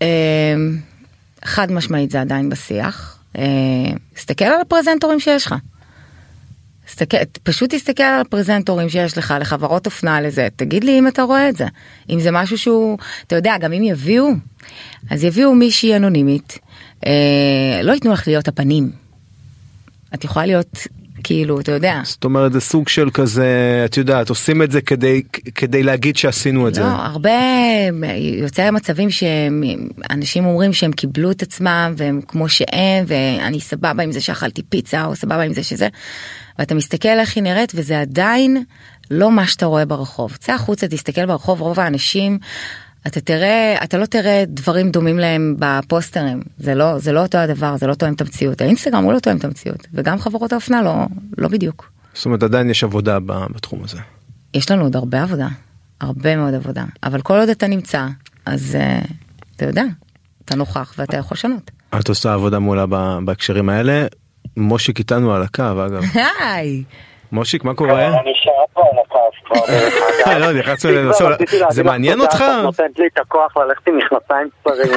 חד משמעית זה עדיין בשיח. תסתכל על הפרזנטורים שיש לך. פשוט תסתכל על הפרזנטורים שיש לך, לחברות אופנה לזה, תגיד לי אם אתה רואה את זה. אם זה משהו שהוא, אתה יודע, גם אם יביאו, אז יביאו מישהי אנונימית, לא ייתנו לך להיות הפנים. את יכולה להיות, כאילו, אתה יודע. זאת אומרת, זה סוג של כזה, את יודעת, עושים את זה כדי להגיד שעשינו את זה. לא, הרבה יוצא מצבים שאנשים אומרים שהם קיבלו את עצמם, והם כמו שהם, ואני סבבה עם זה שאכלתי פיצה, או סבבה עם זה שזה, ואתה מסתכל איך היא נראית, וזה עדיין לא מה שאתה רואה ברחוב. צא החוצה, תסתכל ברחוב, רוב האנשים, אתה לא תראה דברים דומים להם בפוסטרים, זה לא אותו הדבר, זה לא תואם את המציאות, האינסטגרם הוא לא תואם את המציאות, וגם חברות האופנה לא בדיוק. זאת אומרת, עדיין יש עבודה בתחום הזה. יש לנו עוד הרבה עבודה, הרבה מאוד עבודה, אבל כל עוד אתה נמצא, אז אתה יודע, אתה נוכח ואתה יכול לשנות. את עושה עבודה מעולה בהקשרים האלה, מושיק איתנו על הקו, אגב. היי! מושיק, מה קורה? אני נשאר פה על הקו כבר. לא, נכנסנו לנסות, זה מעניין אותך? את נותנת לי את הכוח ללכת עם מכנסיים קצרים.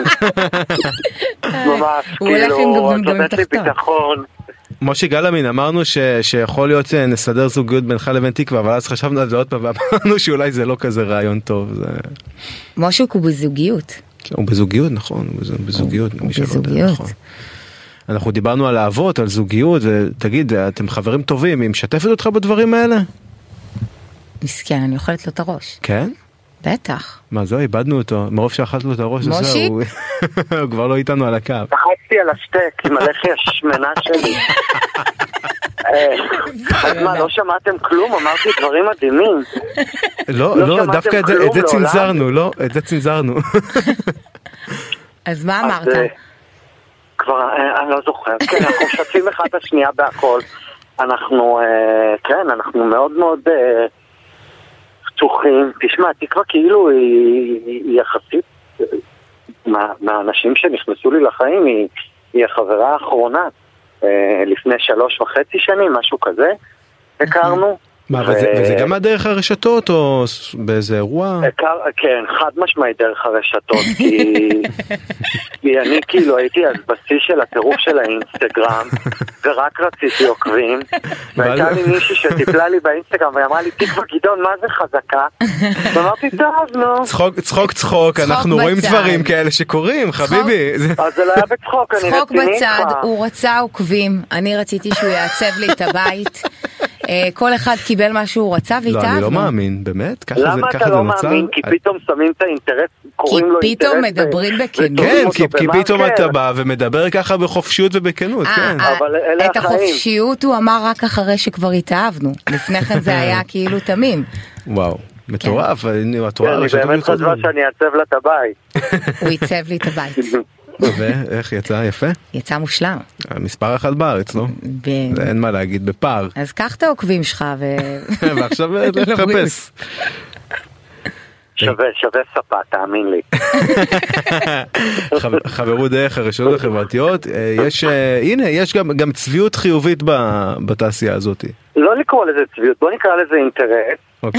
ממש, כאילו, את נותנת לי ביטחון. מושיק גלמין, אמרנו שיכול להיות נסדר זוגיות בינך לבין תקווה, אבל אז חשבנו על זה עוד פעם, ואמרנו שאולי זה לא כזה רעיון טוב. מושיק הוא בזוגיות. הוא בזוגיות, נכון, הוא בזוגיות. הוא בזוגיות. אנחנו דיברנו על אהבות, על זוגיות, ותגיד, אתם חברים טובים, היא משתפת אותך בדברים האלה? מסכן, אני אוכלת לו את הראש. כן? בטח. מה זו, איבדנו אותו, מרוב שאכלת לו את הראש, מושיק? הוא כבר לא איתנו על הקו. לחצתי על השטק עם הלחי השמנה שלי. אז מה, לא שמעתם כלום? אמרתי דברים מדהימים. לא, דווקא את זה צנזרנו, לא, את זה צנזרנו. אז מה אמרת? כבר, אני לא זוכר, כן, אנחנו משתפים אחד את השנייה בהכל. אנחנו, כן, אנחנו מאוד מאוד פתוחים. תשמע, תקווה כאילו היא יחסית, מהאנשים שנכנסו לי לחיים, היא החברה האחרונה. לפני 3.5 שנים, משהו כזה, הכרנו. מה, וזה גם דרך הרשתות או באיזה אירוע? כן, חד משמעי דרך הרשתות, כי אני כאילו הייתי אז בשיא של הטירוף של האינסטגרם, ורק רציתי עוקבים, והייתה לי מישהי שטיפלה לי באינסטגרם, והיא אמרה לי, תקווה גדעון, מה זה חזקה? ואמרתי, טוב, נו. צחוק, אנחנו רואים דברים כאלה שקורים, חביבי. אז זה לא היה בצחוק, אני רציני איתך. צחוק בצד, הוא רצה עוקבים, אני רציתי שהוא יעצב לי את הבית. כל אחד קיבל מה שהוא רצה והתאהבנו. לא, אני לא מאמין, באמת? למה אתה לא מאמין? כי פתאום שמים את האינטרס, קוראים לו אינטרס. כי פתאום מדברים בכנות. כן, כי פתאום אתה בא ומדבר ככה בחופשיות ובכנות, כן. את החופשיות הוא אמר רק אחרי שכבר התאהבנו. לפני כן זה היה כאילו תמים. וואו, מטורף. אני באמת חשבה שאני אעצב לה את הבית. הוא ייצב לי את הבית. ואיך יצא? יפה? יצא מושלם. מספר אחד בארץ, לא? אין מה להגיד, בפער. אז קח את העוקבים שלך ועכשיו לחפש. שווה ספה, תאמין לי. חברות דרך הרשתות החברתיות, הנה, יש גם צביעות חיובית בתעשייה הזאת. לא לקרוא לזה צביעות, בוא נקרא לזה אינטרס.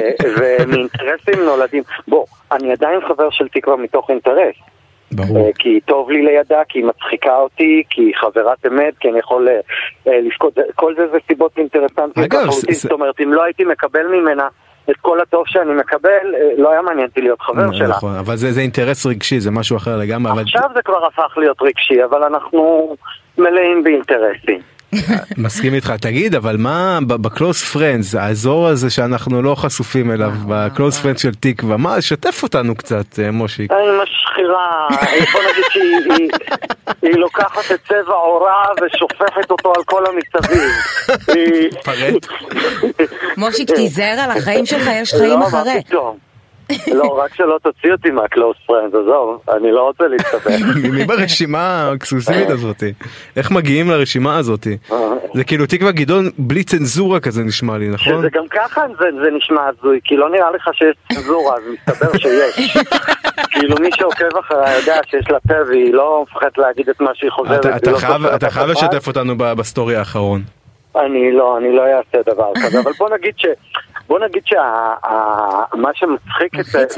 ומאינטרסים נולדים. בוא, אני עדיין חבר של תקווה מתוך אינטרס. ברור. כי טוב לי לידה, כי היא מצחיקה אותי, כי היא חברת אמת, כי אני יכול לפקוד, כל זה סיבות אינטרסנטיות. זאת אומרת, אם לא הייתי מקבל ממנה את כל הטוב שאני מקבל, לא היה מעניין אותי להיות חבר שלה. נכון, אבל זה אינטרס רגשי, זה משהו אחר לגמרי. עכשיו זה כבר הפך להיות רגשי, אבל אנחנו מלאים באינטרסים. מסכים איתך, תגיד, אבל מה בקלוס פרנדס, האזור הזה שאנחנו לא חשופים אליו, בקלוס פרנדס של תקווה, מה, שתף אותנו קצת, מושיק. אני משחירה, בוא נגיד שהיא לוקחת את צבע עורה ושופכת אותו על כל המסביב. פרט. מושיק, תיזהר על החיים שלך, יש חיים אחרי. לא, מה פתאום. לא, רק שלא תוציא אותי מהקלוס פרנדס, עזוב, אני לא רוצה להסתפק. מי ברשימה האקסקלוסיבית הזאת? איך מגיעים לרשימה הזאת? זה כאילו תקווה גדעון בלי צנזורה כזה נשמע לי, נכון? שזה גם ככה זה נשמע הזוי, כי לא נראה לך שיש צנזורה, אז מסתבר שיש. כאילו מי שעוקב אחריה יודע שיש לה פה והיא לא מפחדת להגיד את מה שהיא חוזרת. אתה חייב לשתף אותנו בסטורי האחרון. אני לא אעשה דבר כזה, אבל בוא נגיד שמה שמצחיק את זה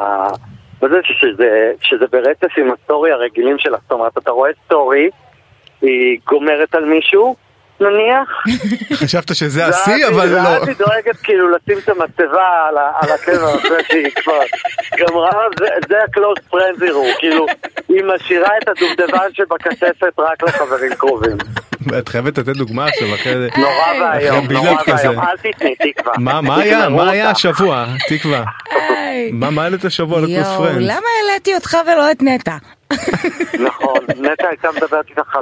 בזה שזה ברצף עם הסטורי הרגילים שלה. זאת אומרת, אתה רואה סטורי, היא גומרת על מישהו, נניח. חשבת שזה השיא, אבל לא. ואז היא דואגת כאילו לשים את המצבה על הקבר הזה שהיא כבר גמרה, זה הקלוס פרנזירו, כאילו היא משאירה את הדובדבן שבכספת רק לחברים קרובים. את חייבת לתת דוגמה עכשיו אחרי נורא והיום, אל תתני תקווה. מה היה השבוע, תקווה? מה העלית השבוע לקלוס פרנדס? למה העליתי אותך ולא את נטע? נכון, נטע הייתה מדברת איתך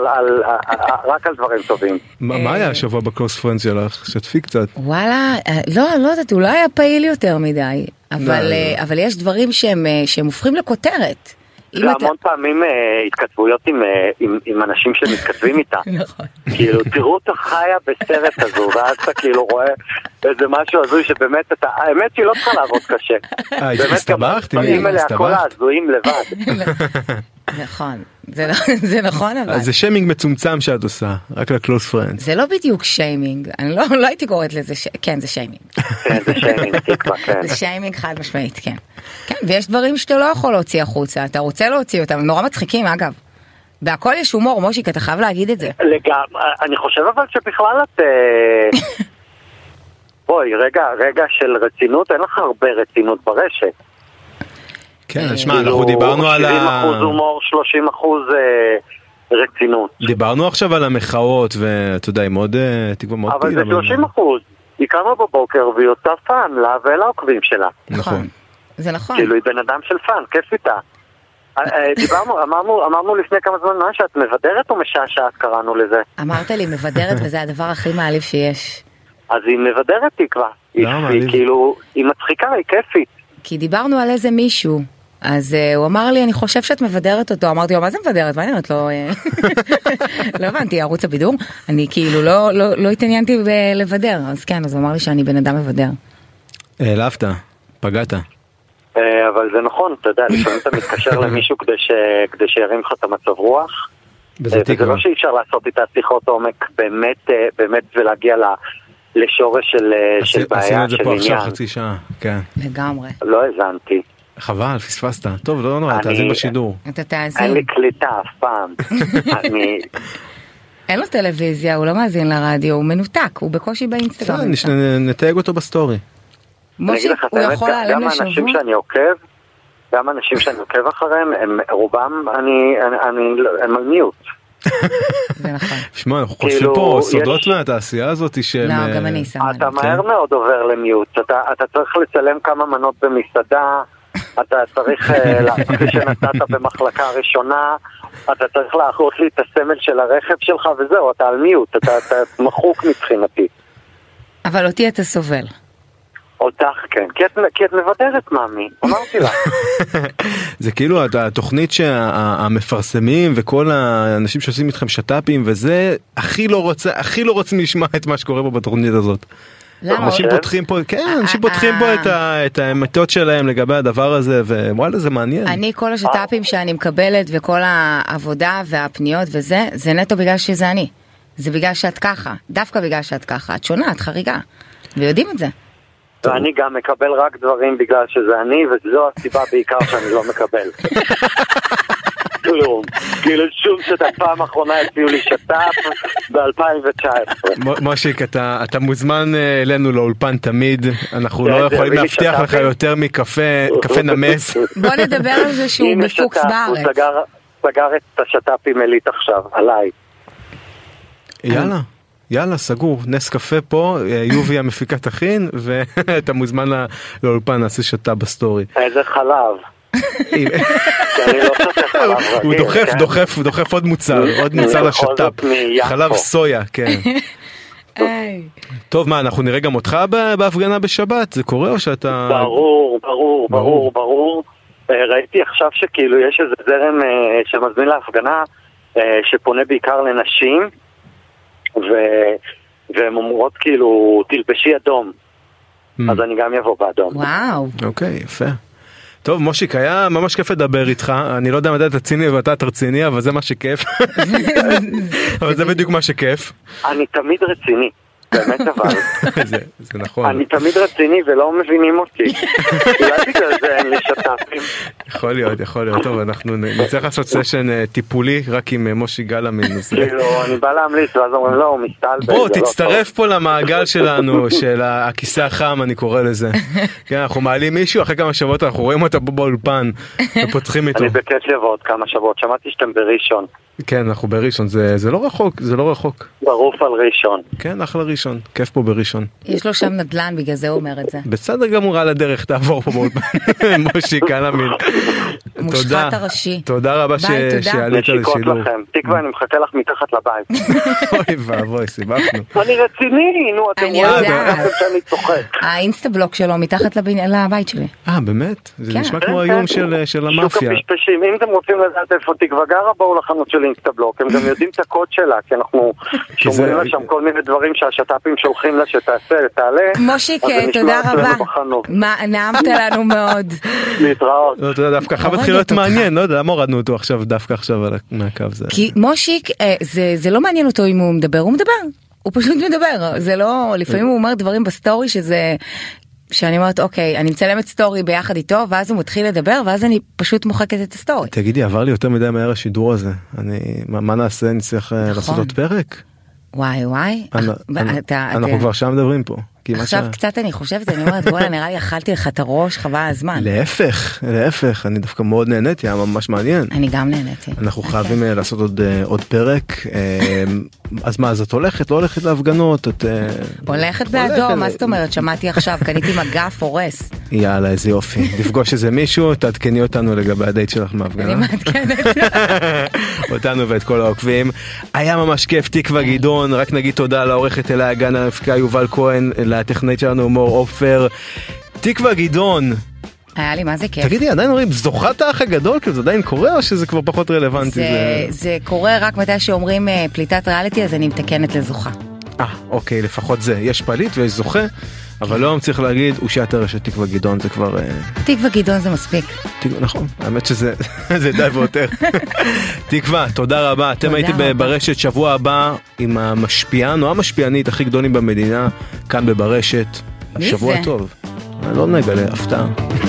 רק על דברים טובים. מה היה השבוע בקלוס פרנדס שלך? שתפי קצת. וואלה, לא יודעת, הוא לא היה פעיל יותר מדי. אבל יש דברים שהם הופכים לכותרת. המון פעמים התכתבויות עם אנשים שמתכתבים איתה. נכון. כאילו, תראו אותה חיה בסרט הזו, ואז אתה כאילו רואה איזה משהו הזוי שבאמת האמת שהיא לא צריכה לעבוד קשה. הסתבכת? כל ההזויים לבד. נכון, זה נכון אבל. זה שיימינג מצומצם שאת עושה, רק לקלוס פרנדס. זה לא בדיוק שיימינג, אני לא הייתי קוראת לזה, כן זה שיימינג. כן, זה שיימינג, תקווה, כן. זה שיימינג חד משמעית, כן. כן, ויש דברים שאתה לא יכול להוציא החוצה, אתה רוצה להוציא אותם, נורא מצחיקים אגב. בהכל יש הומור, מושיק, אתה חייב להגיד את זה. אני חושב אבל שבכלל את... בואי, רגע של רצינות, אין לך הרבה רצינות ברשת. כן, נשמע, אנחנו דיברנו על 70% הומור, 30% רצינות. דיברנו עכשיו על המחאות, ואתה יודע, היא מאוד תקווה מאוד פעילה. אבל זה 30%. היא קמה בבוקר והיא עושה פאן לה ולעוקבים שלה. נכון. זה נכון. כאילו היא בן אדם של פאן, כיף איתה. אמרנו לפני כמה זמן מה שאת מבדרת או משעשעת קראנו לזה? אמרת לי מבדרת וזה הדבר הכי מעליב שיש. אז היא מבדרת תקווה. היא כאילו, היא מצחיקה, היא כיפית. כי דיברנו על איזה מישהו, אז הוא אמר לי, אני חושב שאת מבדרת אותו. אמרתי לו, מה זה מבדרת? מה אני אומרת לו? לא הבנתי, ערוץ הבידור. אני כאילו לא התעניינתי לבדר. אז כן, אז הוא אמר לי שאני בן אדם מבדר. העלבת, פגעת. אבל זה נכון, אתה יודע, לפעמים אתה מתקשר למישהו כדי שירים לך את המצב רוח. וזה לא שאי אפשר לעשות איתה שיחות עומק באמת ולהגיע לשורש של בעיה, של עניין. עשינו את זה פה עכשיו חצי שעה, כן. לגמרי. לא הבנתי. חבל, פספסת. טוב, לא נורא, תאזין בשידור. אתה תאזין. אין לי קליטה אף פעם. אין לו טלוויזיה, הוא לא מאזין לרדיו, הוא מנותק, הוא בקושי באינסטגרם. נתייג אותו בסטורי. מושיק, הוא יכול להעלם לשבוע? גם אנשים שאני עוקב אחריהם, רובם הם על מיוט. זה נכון. שמע, אנחנו חושבים פה סודות מהתעשייה הזאת שהם... לא, גם אני שמה. אתה מהר מאוד עובר למיוט. אתה צריך לצלם כמה מנות במסעדה, אתה צריך להחליט שנתת במחלקה הראשונה, אתה צריך לאחות לי את הסמל של הרכב שלך וזהו, אתה על מיוט, אתה מחוק מבחינתי. אבל אותי אתה סובל. אותך כן, כי את מבדרת מאמי, אמרתי לה. זה כאילו התוכנית שהמפרסמים וכל האנשים שעושים איתכם שטאפים וזה הכי לא רוצים לשמוע את מה שקורה פה בתוכנית הזאת. אנשים פותחים פה, כן, אנשים פותחים פה את האמתות שלהם לגבי הדבר הזה, ווואלה זה מעניין. אני כל השטאפים שאני מקבלת וכל העבודה והפניות וזה, זה נטו בגלל שזה אני. זה בגלל שאת ככה, דווקא בגלל שאת ככה, את שונה, את חריגה, ויודעים את זה. ואני גם מקבל רק דברים בגלל שזה אני, וזו הסיבה בעיקר שאני לא מקבל. כלום. כאילו שום שאתה פעם האחרונה הציעו לי שטאפ ב-2019. מושיק, אתה מוזמן אלינו לאולפן תמיד, אנחנו לא יכולים להבטיח לך יותר מקפה נמס. בוא נדבר על זה שהוא בפוקס בארץ. הוא סגר את השטאפים אלית עכשיו, עליי. יאללה, סגור, נס קפה פה, יובי המפיקה תכין, ואתה מוזמן לאולפן, נעשה שטה בסטורי. איזה חלב. הוא דוחף עוד מוצר לשטאפ. חלב סויה, כן. טוב, מה, אנחנו נראה גם אותך בהפגנה בשבת? זה קורה או שאתה... ברור. ראיתי עכשיו שכאילו יש איזה זרם שמזמין להפגנה, שפונה בעיקר לנשים, והן אומרות כאילו תלבשי אדום, אז אני גם יבוא באדום. וואו. אוקיי, יפה. טוב, מושיק, היה ממש כיף לדבר איתך, אני לא יודע מתי אתה ציני ואתה תרציני, אבל זה מה שכיף. אבל זה בדיוק מה שכיף. אני תמיד רציני, באמת אבל. זה נכון. אני תמיד רציני ולא מבינים אותי. אולי בגלל זה אין לי שטאפים. יכול להיות. טוב, אנחנו נצטרך לעשות סשן טיפולי רק עם מושיק גלאמין. כאילו, אני בא להמליץ, ואז אומרים, לא, הוא מסתלבט. בוא, תצטרף פה למעגל שלנו, של הכיסא החם, אני קורא לזה. כן, אנחנו מעלים מישהו, אחרי כמה שבועות אנחנו רואים אותה פה באולפן, ופותחים איתו. אני בכיף לבוא עוד כמה שבועות, שמעתי שאתם בראשון. כן, אנחנו בראשון, זה לא רחוק. ברוף על ראשון. כן, אחלה ראשון, כיף פה בראשון. יש לו שם נדל"ן, בגלל זה הוא אומר את זה. בסדר גמור, על הדרך תעבור פה באולפן. מושיק גלאמין. המושחת הראשי. תודה רבה שעלית לשידור. לכם. תקווה, אני מחכה לך מתחת לבית. אוי ואבוי, סיבכנו. אני רציני, נו, אתם רואים שאני צוחק. האינסטבלוק שלו מתחת לבית שלי. באמת? זה נשמע כמו היום של המאפיה. שוק הפשפשים, אם אתם רוצים לדעת איפה תקווה גרה, בואו לחנות של אינסטבלוק. הם גם יודעים את הקוד שלה, כי אנחנו שומרים לה שם כל מיני דברים שהשטאפים שולחים לה שתעשה, תעלה. מושיק, תודה רבה. נעמת לנו מאוד. להתראות. לא, אתה יודע, דווקא אחר מתחיל להיות מעניין, לא יודע, למה הורדנו אותו דווקא עכשיו מהקו זה? כי מושיק, זה לא מעניין אותו אם הוא מדבר, הוא מדבר. הוא פשוט מדבר. זה לא, לפעמים הוא אומר דברים בסטורי שאני אומרת, אוקיי, אני מצלמת סטורי ביחד איתו, ואז הוא מתחיל לדבר, ואז אני פשוט מוחקת את הסטורי. תגידי, עבר לי יותר מדי מהר השידור הזה. מה נעשה? אני צריך לעשות עוד פרק? וואי. אנחנו כבר שם מדברים פה. עכשיו קצת אני חושבת, אני אומרת, בואי, נראה לי אכלתי לך את הראש, חבל הזמן. להפך, אני דווקא מאוד נהניתי, היה ממש מעניין. אני גם נהניתי. אנחנו חייבים לעשות עוד פרק. אז מה, אז את הולכת, לא הולכת להפגנות? הולכת באדום, מה זאת אומרת? שמעתי עכשיו, קניתי מגף הורס. יאללה, איזה יופי. לפגוש איזה מישהו, תעדכני אותנו לגבי הדייט שלך מהפגנה. אני מעדכנת. אותנו ואת כל העוקבים. היה ממש כיף, תקווה גדעון, רק נגיד תודה לעורכת אלה הגן המפיקה יובל כהן, לטכנאית שלנו מור עופר. תקווה גדעון. היה לי מה זה כיף. תגידי, עדיין אומרים זוכת האח הגדול, זה עדיין קורה או שזה כבר פחות רלוונטי? זה קורה רק מתי שאומרים פליטת ריאליטי, אז אני מתקנת לזוכה. אוקיי, לפחות זה. יש פליט ויש זוכה, אבל לא צריך להגיד, הוא שאתר של תקווה גדעון, זה כבר... תקווה גדעון זה מספיק. נכון, האמת שזה די ויותר. תקווה, תודה רבה. אתם הייתי ברשת שבוע הבא עם המשפיען או המשפיענית הכי גדולים במדינה, כאן בברשת. שבוע טוב. לא נגלה, הפתעה.